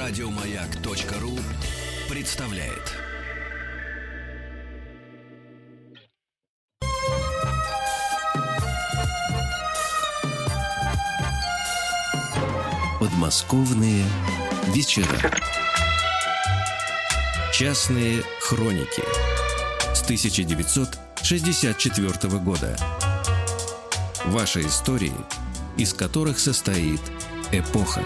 Радиомаяк.ру представляет. Подмосковные вечера. Частные хроники с 1964 года. Ваши истории, из которых состоит эпоха.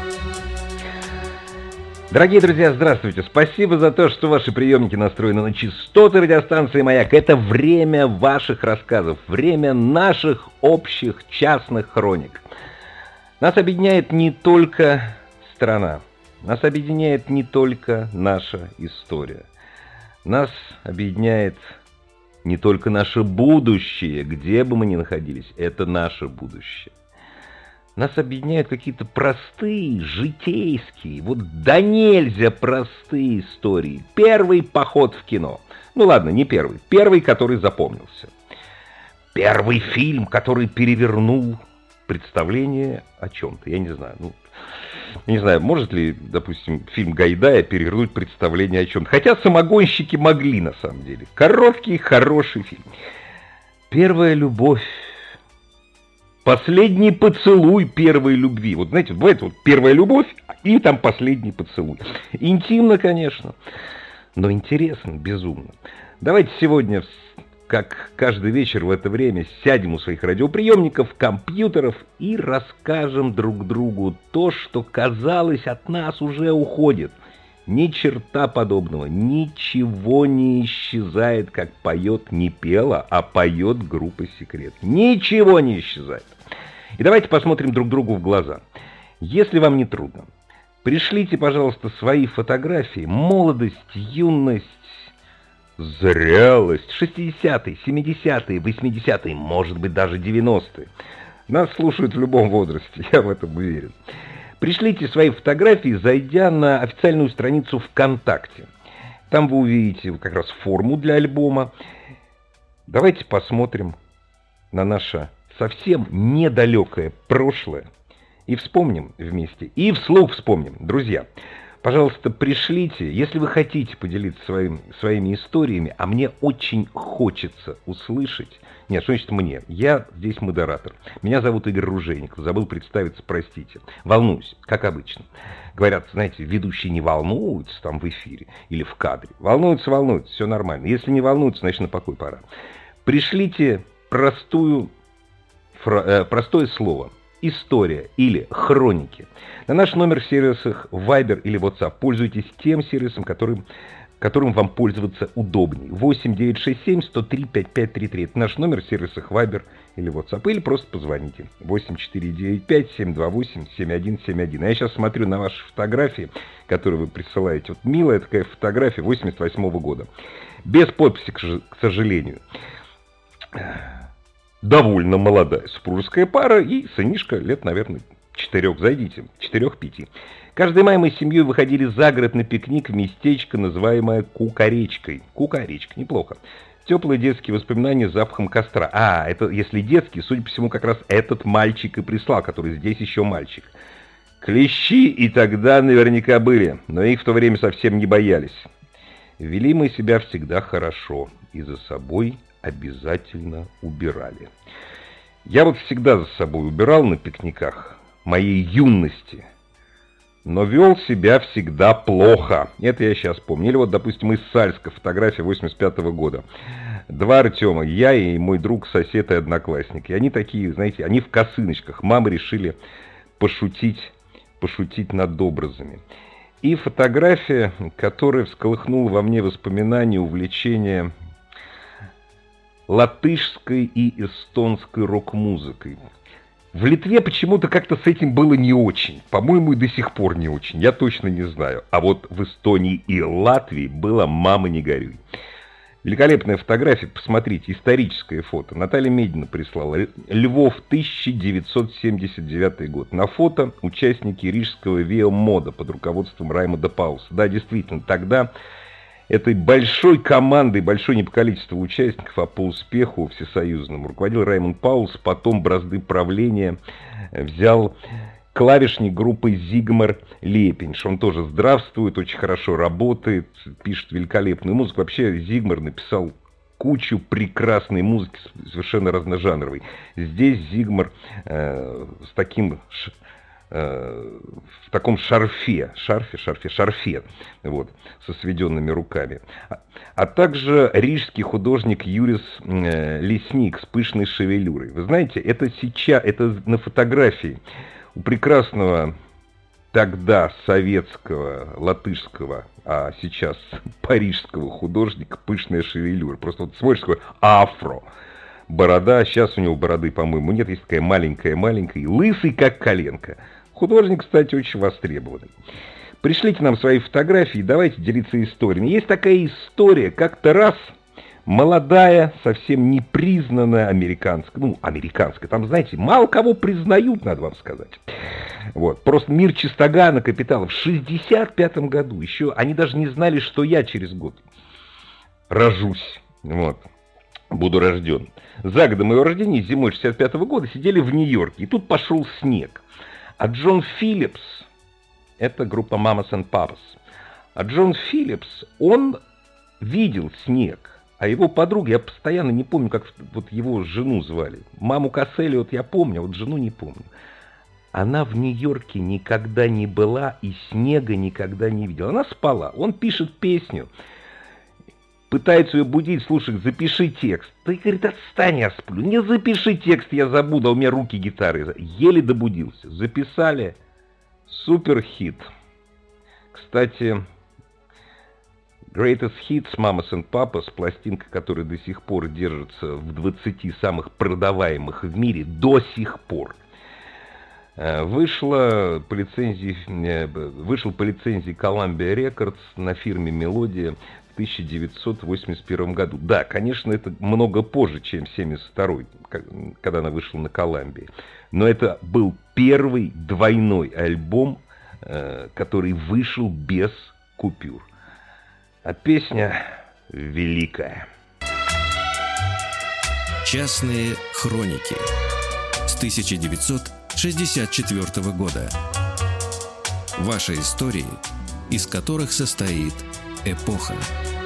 Дорогие друзья, здравствуйте! Спасибо за то, что ваши приемники настроены на частоты радиостанции «Маяк». Это время ваших рассказов, время наших общих частных хроник. Нас объединяет не только страна, нас объединяет не только наша история. Нас объединяет не только наше будущее, где бы мы ни находились, это наше будущее. Нас объединяют какие-то простые, житейские, вот да нельзя простые истории. Первый поход в кино. Ну ладно, не первый. Первый, который запомнился. Первый фильм, который перевернул представление о чем-то. Я не знаю. Не знаю, может ли, допустим, фильм Гайдая перевернуть представление о чем-то. Хотя самогонщики могли, на самом деле. Короткий, хороший фильм. Первая любовь. Последний поцелуй первой любви. Вот знаете, бывает вот первая любовь и там последний поцелуй. Интимно, конечно, но интересно, безумно. Давайте сегодня, как каждый вечер в это время, сядем у своих радиоприемников, компьютеров и расскажем друг другу то, что, казалось, от нас уже уходит. Ни черта подобного, ничего не исчезает, как поет не пела, а поет группа «Секрет». Ничего не исчезает. И давайте посмотрим друг другу в глаза. Если вам не трудно, пришлите, пожалуйста, свои фотографии. Молодость, юность, зрелость, 60-е, 70-е, 80-е, может быть, даже 90-е. Нас слушают в любом возрасте, я в этом уверен. Пришлите свои фотографии, зайдя на официальную страницу ВКонтакте. Там вы увидите как раз форму для альбома. Давайте посмотрим на наше совсем недалекое прошлое и вспомним вместе. И вслух вспомним. Друзья, пожалуйста, пришлите, если вы хотите поделиться своими историями, а мне очень хочется услышать. Нет, что значит мне? Я здесь модератор. Меня зовут Игорь Ружейников. Забыл представиться, простите. Волнуюсь, как обычно. Говорят, знаете, ведущие не волнуются там в эфире или в кадре. Волнуются, все нормально. Если не волнуются, значит на покой пора. Пришлите простое слово. История или хроники. На наш номер в сервисах Viber или WhatsApp. Пользуйтесь тем сервисом, которым вам пользоваться удобней. 8-967-103-5533. Это наш номер в сервисах Viber или WhatsApp. Или просто позвоните. 8495-728-7171. А я сейчас смотрю на ваши фотографии, которые вы присылаете. Вот милая такая фотография 88-го года. Без подписи, к сожалению. Довольно молодая супружеская пара и сынишка лет, наверное, 4. Зайдите, 4-5. Каждый май мы с семьей выходили за город на пикник в местечко, называемое Кукаречкой. Кукаречка, неплохо. Теплые детские воспоминания с запахом костра. А, это если детские, судя по всему, как раз этот мальчик и прислал, который здесь еще мальчик. Клещи и тогда наверняка были, но их в то время совсем не боялись. Вели мы себя всегда хорошо и за собой обязательно убирали. Я вот всегда за собой убирал на пикниках моей юности, но вел себя всегда плохо. Это я сейчас помню. Или вот, допустим, из Сальска, фотография 85-го года. 2 Артема, я и мой друг, сосед и одноклассник. И они такие, знаете, они в косыночках. Мамы решили пошутить над образами. И фотография, которая всколыхнула во мне воспоминания, увлечения латышской и эстонской рок-музыкой. В Литве почему-то как-то с этим было не очень. По-моему, и до сих пор не очень. Я точно не знаю. А вот в Эстонии и Латвии было «мама, не горюй». Великолепная фотография, посмотрите, историческое фото. Наталья Медина прислала. Львов, 1979 год. На фото участники рижского Виа-мода под руководством Раймонда Паулса. Да, действительно, тогда этой большой командой, большой не по количеству участников, а по успеху всесоюзному руководил Раймонд Паулс, потом бразды правления взял клавишник группы Зигмар Лепинш. Он тоже здравствует, очень хорошо работает, пишет великолепную музыку. Вообще Зигмар написал кучу прекрасной музыки, совершенно разножанровой. Здесь Зигмар в таком шарфе, вот, со сведенными руками. А также рижский художник Юрис Лесник с пышной шевелюрой. Вы знаете, это на фотографии у прекрасного тогда советского, латышского, а сейчас парижского художника пышная шевелюра. Просто вот смотришь, такой афро. Борода, сейчас у него бороды, по-моему, нет, есть такая маленькая, лысый, как коленка. Художник, кстати, очень востребованный. Пришлите нам свои фотографии, давайте делиться историями. Есть такая история, как-то раз молодая, совсем непризнанная американская, там, знаете, мало кого признают, надо вам сказать. Вот, просто мир чистогана капиталов в 65-м году, еще они даже не знали, что я через год рожусь, вот, буду рожден. За годом моего рождения, зимой 65-го года, сидели в Нью-Йорке, и тут пошел снег. А Джон Филлипс, это группа Mamas and Papas, а Джон Филлипс, он видел снег, а его подруга, я постоянно не помню, как вот его жену звали. Маму Касселли вот я помню, а вот жену не помню. Она в Нью-Йорке никогда не была и снега никогда не видела. Она спала, он пишет песню. Пытается ее будить, слушай, запиши текст. Ты, говорит, отстань, я сплю. Не запиши текст, я забуду, а у меня руки гитары. Еле добудился. Записали. Супер хит. Кстати, Greatest Hits, Mamas and Papas, пластинка, которая до сих пор держится в 20 самых продаваемых в мире, до сих пор. Вышел по лицензии Columbia Records на фирме Мелодия в 1981 году. Да, конечно, это много позже, чем 1972, когда она вышла на Колумбии. Но это был первый двойной альбом, который вышел без купюр. А песня великая. Частные хроники с 1964 года. Ваши истории, из которых состоит эпоха.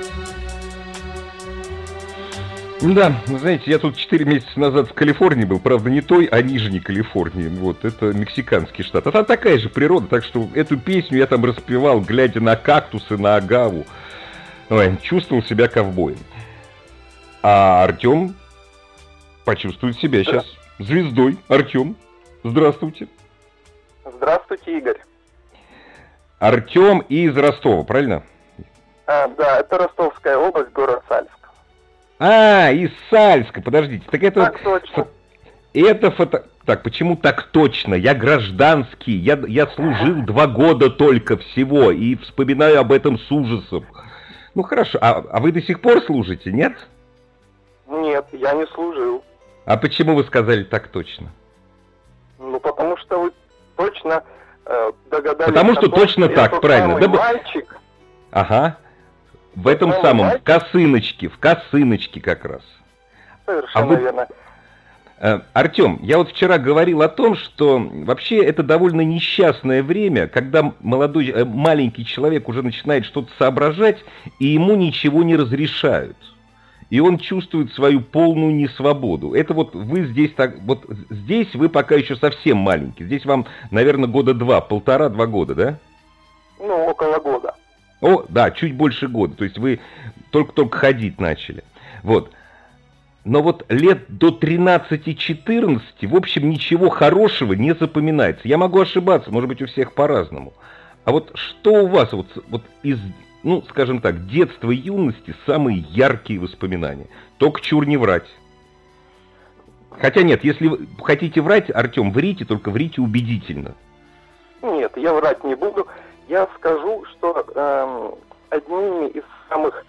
Да, вы знаете, я тут 4 месяца назад в Калифорнии был, правда не той, а Нижней Калифорнии, вот, это мексиканский штат. А там такая же природа, так что эту песню я там распевал, глядя на кактусы, на агаву. Ой, чувствовал себя ковбоем. А Артем почувствует себя сейчас звездой. Артем, здравствуйте. Здравствуйте, Игорь. Артем из Ростова, правильно? Да, это Ростовская область, город Сальск. Из Сальска, подождите. Так это так точно. Так, почему так точно? Я гражданский, я служил 2 года только всего и вспоминаю об этом с ужасом. Ну хорошо, а вы до сих пор служите, нет? Нет, я не служил. А почему вы сказали так точно? Ну, потому что вы точно догадались. Потому что точно так, правильно. Да, мальчик. Ага. В этом самом, в косыночке как раз. Совершенно верно. Артем, я вот вчера говорил о том, что вообще это довольно несчастное время, когда маленький человек уже начинает что-то соображать, и ему ничего не разрешают. И он чувствует свою полную несвободу. Это вот вы здесь здесь вы пока еще совсем маленький. Здесь вам, наверное, 1.5 года, да? Ну, около года. Да, чуть больше года. То есть вы только ходить начали. Вот. Но вот лет до 13-14, в общем, ничего хорошего не запоминается. Я могу ошибаться, может быть, у всех по-разному. А вот что у вас вот из, скажем так, детства и юности самые яркие воспоминания? Только чур не врать. Хотя нет, если вы хотите врать, Артем, врите, только врите убедительно. Нет, я врать не буду. Я скажу, что одними из самых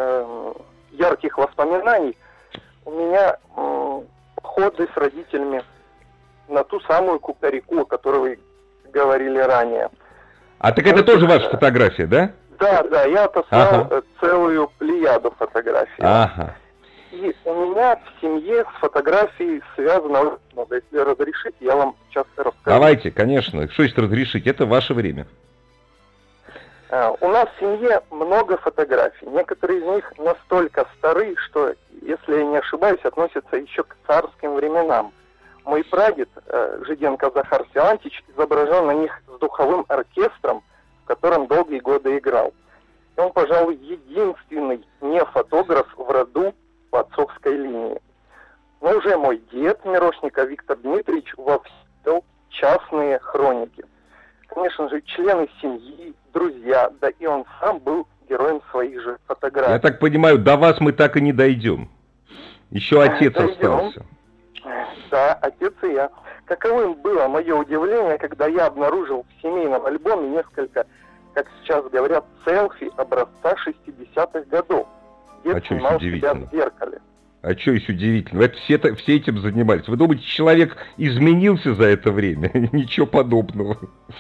ярких воспоминаний у меня походы с родителями на ту самую Кукареку, о которой вы говорили ранее. А так это тоже ваша фотография, да? Да, я отослал целую плеяду фотографий. Ага. И у меня в семье с фотографией связано очень много. Если разрешите, я вам сейчас расскажу. Давайте, конечно. Что есть разрешить? Это ваше время. У нас в семье много фотографий. Некоторые из них настолько стары, что, если я не ошибаюсь, относятся еще к царским временам. Мой прадед, Жиденко Захар Силантьевич, изображен на них с духовым оркестром, в котором долгие годы играл. И он, пожалуй, единственный не фотограф в роду по отцовской линии. Но уже мой дед Мирошников Виктор Дмитриевич вовсю вел частные хроники. Конечно же, члены семьи, друзья, да и он сам был героем своих же фотографий. Я так понимаю, до вас мы так и не дойдем. Еще отец остался. Да, отец и я. Каковым было мое удивление, когда я обнаружил в семейном альбоме несколько, как сейчас говорят, селфи образца 60-х годов. Дед снимал себя в зеркале. А что есть удивительно? Это все этим занимались. Вы думаете, человек изменился за это время? Ничего подобного.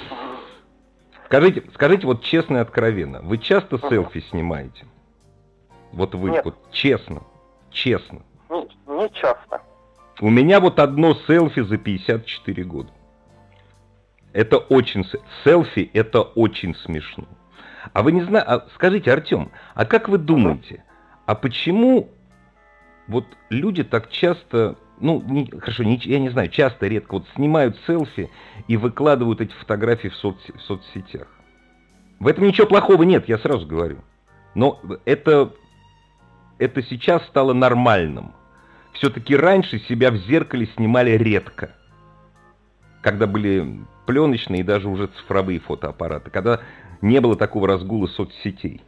Скажите вот честно и откровенно, вы часто селфи снимаете? Вот вы, Нет. вот честно. Не часто. У меня вот одно селфи за 54 года. Это очень... Селфи это очень смешно. А вы не знаете... Скажите, Артем, а как вы думаете, а почему вот люди так часто... я не знаю, часто, редко вот снимают селфи и выкладывают эти фотографии в соцсетях? В этом ничего плохого нет, я сразу говорю. Но это сейчас стало нормальным. Все-таки раньше себя в зеркале снимали редко. Когда были пленочные и даже уже цифровые фотоаппараты. Когда не было такого разгула соцсетей.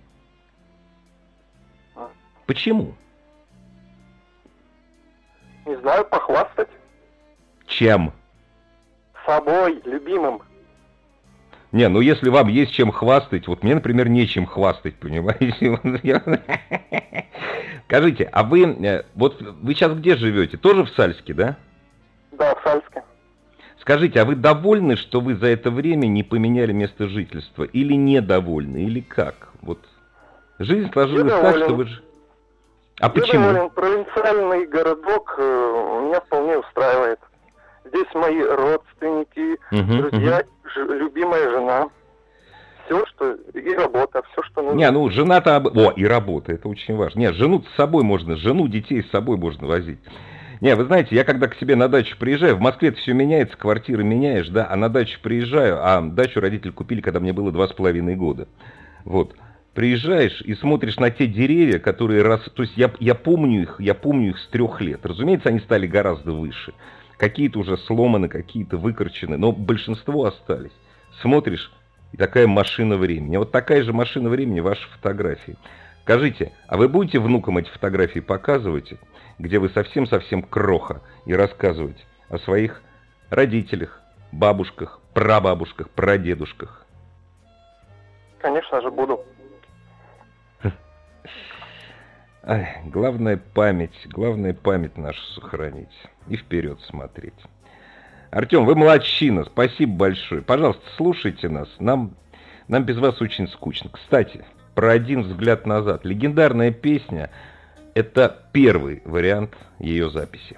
Почему? Не знаю, похвастать. Чем? Собой, любимым. Не, ну если вам есть чем хвастать, вот мне, например, нечем хвастать, понимаете? Скажите, а вы сейчас где живете? Тоже в Сальске, да? Да, в Сальске. Скажите, а вы довольны, что вы за это время не поменяли место жительства? Или недовольны? Или как? Вот жизнь сложилась так, что вы... А почему? Я доволен. Провинциальный городок меня вполне устраивает. Здесь мои родственники, друзья, любимая жена. Все, что... И работа, все, что нужно. Не, ну жена-то... и работа, это очень важно. Не, жену с собой можно, детей с собой можно возить. Не, вы знаете, я когда к себе на дачу приезжаю, в Москве все меняется, квартиры меняешь, да, а на дачу приезжаю, а дачу родители купили, когда мне было 2,5 года. Вот. Приезжаешь и смотришь на те деревья, которые То есть я помню их с 3 лет. Разумеется, они стали гораздо выше. Какие-то уже сломаны, какие-то выкорчены, но большинство остались. Смотришь, и такая машина времени. Вот такая же машина времени ваши фотографии. Скажите, а вы будете внукам эти фотографии показывать, где вы совсем-совсем кроха, и рассказывать о своих родителях, бабушках, прабабушках, прадедушках? Конечно же, буду. Главное память нашу сохранить и вперед смотреть. Артем, вы молодчина, спасибо большое. Пожалуйста, слушайте нас, нам без вас очень скучно. Кстати, про «Один взгляд назад». Легендарная песня – это первый вариант ее записи.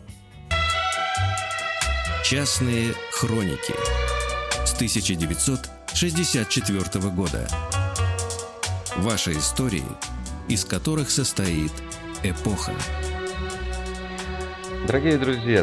Частные хроники с 1964 года. Ваши истории, из которых состоит эпоха. Дорогие друзья,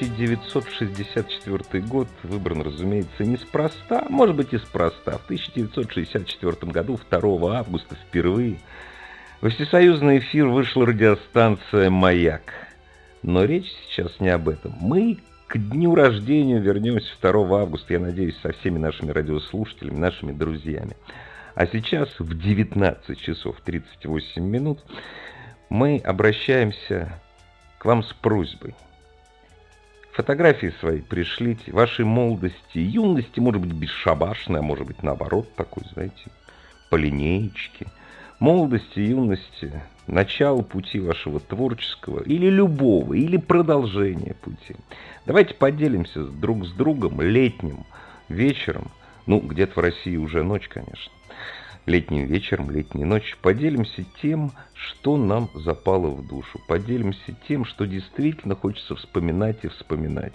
1964 год выбран, разумеется, неспроста, может быть и спроста. В 1964 году, 2 августа, впервые во всесоюзный эфир вышла радиостанция «Маяк». Но речь сейчас не об этом. Мы к дню рождения вернемся 2 августа, я надеюсь, со всеми нашими радиослушателями, нашими друзьями. А сейчас в 19 часов 38 минут мы обращаемся к вам с просьбой. Фотографии свои пришлите, вашей молодости, юности, может быть, бесшабашной, а может быть, наоборот, такой, знаете, по линеечке. Молодости, юности, начало пути вашего творческого, или любого, или продолжения пути. Давайте поделимся друг с другом летним вечером, где-то в России уже ночь, конечно, летним вечером, летней ночью поделимся тем, что нам запало в душу. Поделимся тем, что действительно хочется вспоминать и вспоминать.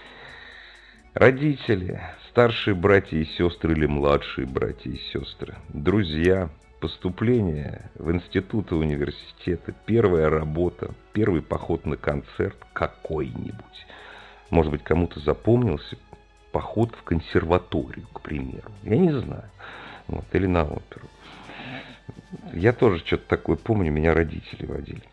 Родители, старшие братья и сестры или младшие братья и сестры, друзья, поступление в институты, университеты, первая работа, первый поход на концерт какой-нибудь. Может быть, кому-то запомнился поход в консерваторию, к примеру. Я не знаю. Вот, или на оперу. Я тоже что-то такое помню, меня родители водили.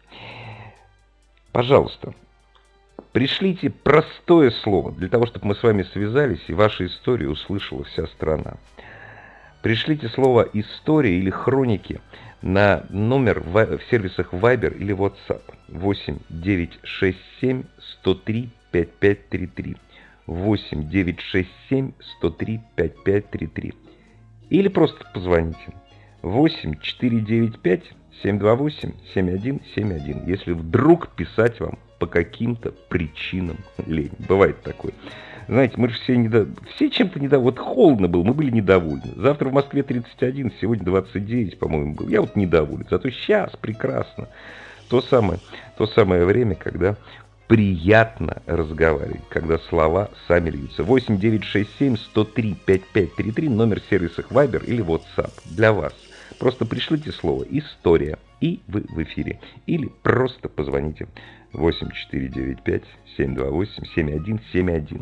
Пожалуйста, пришлите простое слово для того, чтобы мы с вами связались и вашу историю услышала вся страна. Пришлите слово «история» или «хроники» на номер в сервисах Viber или WhatsApp 8 967 103 5533 8 967 103 5533 или просто позвоните 8 495 728 7171, если вдруг писать вам по каким-то причинам лень. Бывает такое. Знаете, мы же все чем-то недовольны. Вот холодно было, мы были недовольны. Завтра в Москве 31, сегодня 29, по-моему, был. Я вот недоволен. Зато сейчас прекрасно. То самое время, когда приятно разговаривать, когда слова сами льются. 8 967 103 5533, номер сервисов Viber или WhatsApp для вас. Просто пришлите слово «история», и вы в эфире. Или просто позвоните 8 495 728 7171.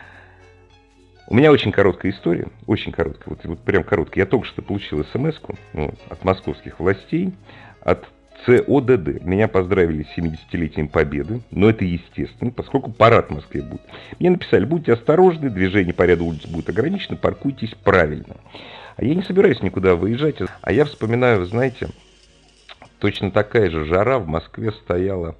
У меня очень короткая история, очень короткая, вот прям короткая. Я только что получил смс-ку от московских властей, от ЦОДД. Меня поздравили с 70-летием Победы, но это естественно, поскольку парад в Москве будет. Мне написали: будьте осторожны, движение по ряду улиц будет ограничено, паркуйтесь правильно. А я не собираюсь никуда выезжать, а я вспоминаю, вы знаете, точно такая же жара в Москве стояла.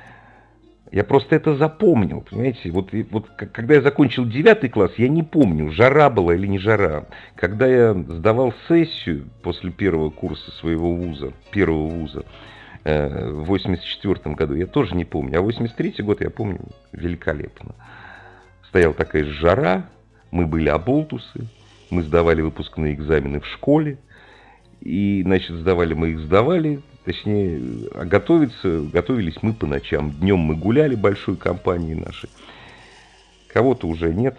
Я просто это запомнил, понимаете, вот когда я закончил 9 класс, я не помню, жара была или не жара. Когда я сдавал сессию после первого курса своего вуза, первого вуза, в 84 году, я тоже не помню, а 83 год я помню великолепно. Стояла такая жара, мы были оболтусы, мы сдавали выпускные экзамены в школе, и, значит, точнее, готовились мы по ночам. Днем мы гуляли большой компанией нашей. Кого-то уже нет,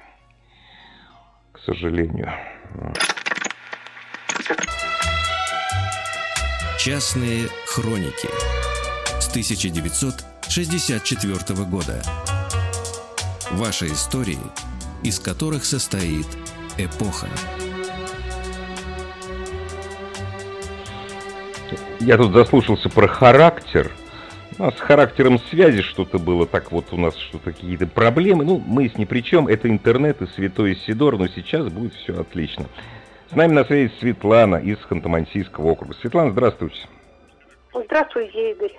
к сожалению. Частные хроники с 1964 года. Ваши истории, из которых состоит эпоха. Я тут заслушался про характер. У нас с характером связи что-то было, так вот у нас что-то какие-то проблемы. Ну, мы с ни при чем, это интернет и Святой Сидор, но сейчас будет все отлично. С нами на связи Светлана из Ханты-Мансийского округа. Светлана, здравствуйте. Здравствуйте, Игорь.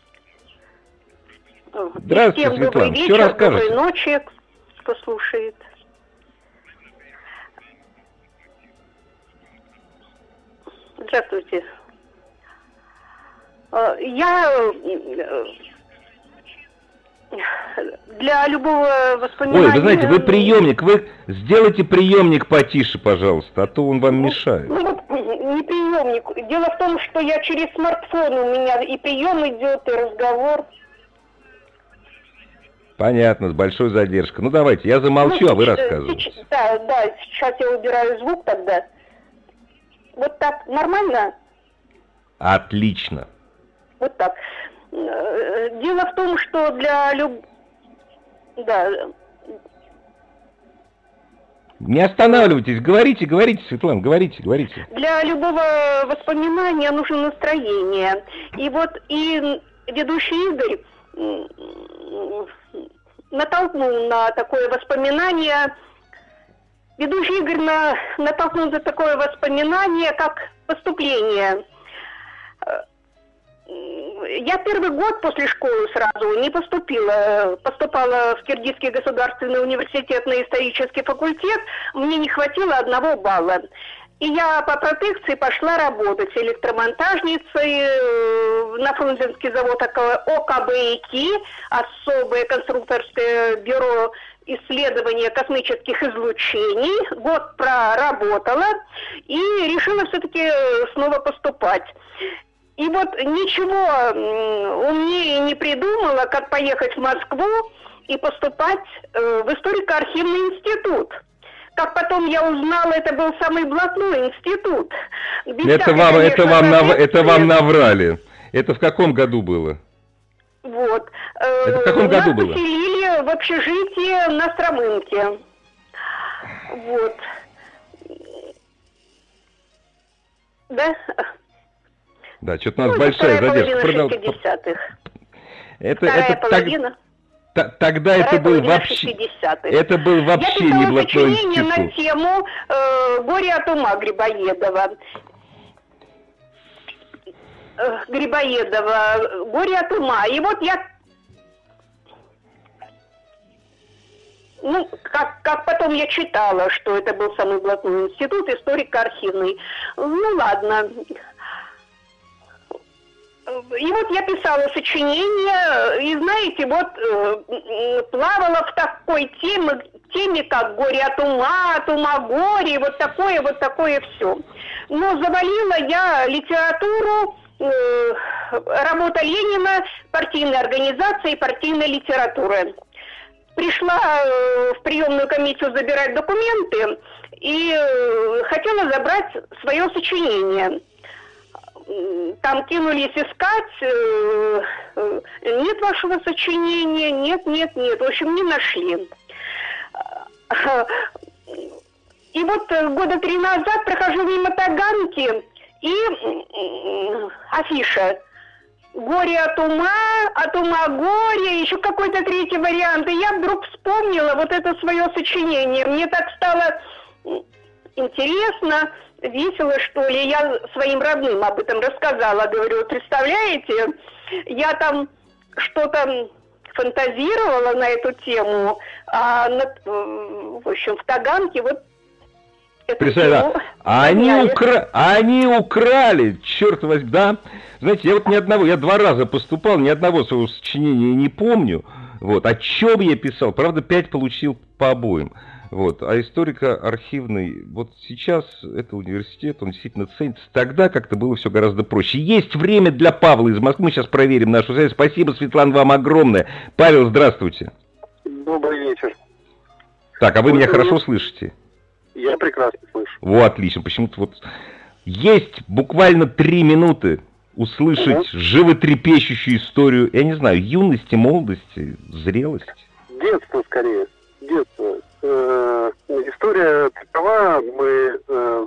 Здравствуйте, всем Светлана. Добрый Все вечер, расскажете. доброй ночи, кто слушает. Здравствуйте. Я для любого воспоминания... Ой, вы знаете, вы приемник, вы сделайте приемник потише, пожалуйста, а то он вам мешает. Не приемник. Дело в том, что я через смартфон, у меня и прием идет, и разговор. Понятно, с большой задержкой. Ну давайте, я замолчу, а вы рассказывайте. Да, сейчас я убираю звук тогда. Вот так, нормально? Отлично. Вот так. Дело в том, что для Да. Не останавливайтесь, говорите, Светлана, говорите. Для любого воспоминания нужно настроение. И вот и ведущий Игорь натолкнул на такое воспоминание. Ведущий Игорь натолкнул на такое воспоминание, как поступление. Я первый год после школы сразу не поступила. Поступала в Киргизский государственный университет на исторический факультет. Мне не хватило 1 балла. И я по протекции пошла работать электромонтажницей на Фрунзенский завод ОКБ-ИК, особое конструкторское бюро. исследования космических излучений, год проработала и решила все-таки снова поступать. И вот ничего умнее не придумала, как поехать в Москву и поступать в историко-архивный институт. Как потом я узнала, это был самый блатной институт. Это вам наврали. Это в каком году было? Вот. Это в каком году было? Нас поселили в общежитие на Стромынке. Вот. Да? Да, что-то у нас большая задержка. Вторая половина. Тогда это был вообще не блатной институт. Я писала сочинение на тему «Горе от ума» Грибоедова. «Горе от ума». И вот я... Ну, как потом я читала, что это был самый блатной институт, историко-архивный. Ну, ладно. И вот я писала сочинение, и знаете, вот плавала в такой теме, как «Горе от ума горе», вот такое все. Но завалила я литературу, работа Ленина, партийная организация и партийная литература. Пришла в приемную комиссию забирать документы и хотела забрать свое сочинение. Там кинулись искать, нет вашего сочинения, нет, в общем, не нашли. И вот года 3 назад прохожу мимо Таганки, и афиша «Горе от ума горе», еще какой-то третий вариант. И я вдруг вспомнила вот это свое сочинение. Мне так стало интересно, весело, что ли. Я своим родным об этом рассказала. Говорю, представляете, я там что-то фантазировала на эту тему, а в общем, в Таганке вот Представляете, они украли, черт возьми, да? Знаете, я 2 раза поступал, ни одного своего сочинения не помню. Вот, о чем я писал, правда, 5 получил по обоим. Вот, а историко-архивный, вот сейчас это университет, он действительно ценится. Тогда как-то было все гораздо проще. Есть время для Павла из Москвы, мы сейчас проверим нашу связь. Спасибо, Светлана, вам огромное. Павел, здравствуйте. Добрый вечер. Так, а вы меня хорошо слышите? Я прекрасно слышу. О, отлично. Почему-то вот есть буквально 3 минуты услышать животрепещущую историю, я не знаю, юности, молодости, зрелости. Детство скорее. Детство. История такова. Мы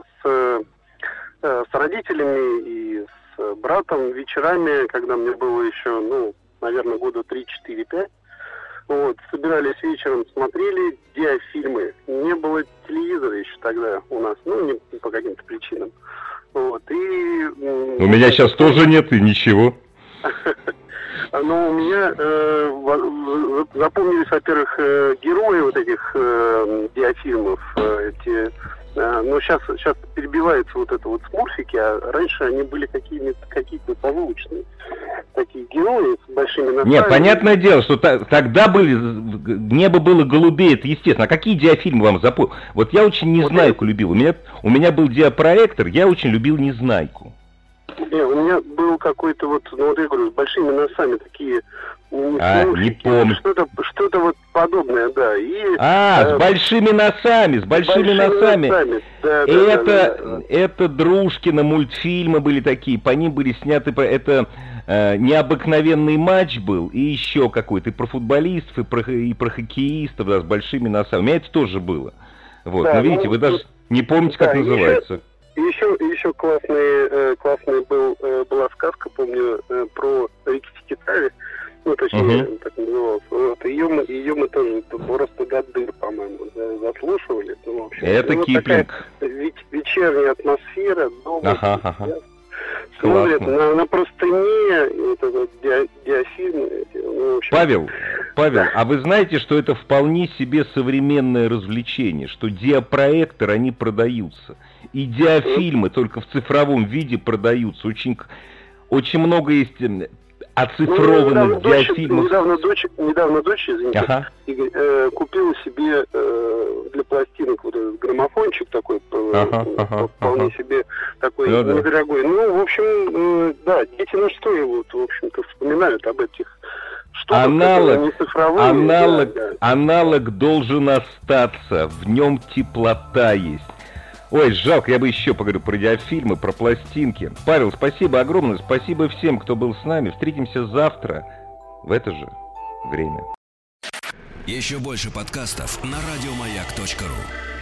с родителями и с братом вечерами, когда мне было еще, наверное, года 3-4-5, вот, собирались вечером, смотрели диафильмы. Не было телевизора еще тогда у нас, не по каким-то причинам. Вот, и... У меня сейчас тоже нет, и ничего. Но у меня запомнились, во-первых, герои вот этих диафильмов, сейчас перебивается вот это вот смурфики, а раньше они были какие-то позвучные. Такие герои с большими носами. Нет, понятное дело, что тогда небо было голубее, это естественно. А какие диафильмы вам запомнили? Вот я очень «Незнайку» любил. У меня был диапроектор, я очень любил «Незнайку». У меня был какой-то я говорю, с большими носами такие... не помню. Что-то вот подобное, да. С большими носами, Да. Это Дружкино мультфильмы были такие, по ним были сняты... Это необыкновенный матч был, и еще какой-то, и про футболистов, и про хоккеистов, да, с большими носами. У меня это тоже было. Вот, да, видите, вы даже не помните, как называется. Еще классная была сказка, помню, про Рикки-Тикки-Тави, точнее, так называлось. Вот, ее мы тоже просто до дыр, по-моему, заслушивали. В общем, это Киплинг. Вечерняя атмосфера, смотрят на простыне, вот этот диафильм. Павел, а вы знаете, что это вполне себе современное развлечение, что диапроекторы, они продаются, и диафильмы только в цифровом виде продаются. Очень много есть оцифрованных диафильмов. Недавно дочь, извините, купила себе для пластинок вот этот граммофончик такой, вполне себе такой недорогой. Ну, в общем, да, дети наши тоже, вот, в общем-то, вспоминают об этих штуках, аналог, цифровые. Аналог должен остаться, в нем теплота есть. Ой, жалко, я бы еще поговорю про диафильмы, про пластинки. Павел, спасибо огромное, спасибо всем, кто был с нами. Встретимся завтра в это же время. Еще больше подкастов на радиомаяк.ру.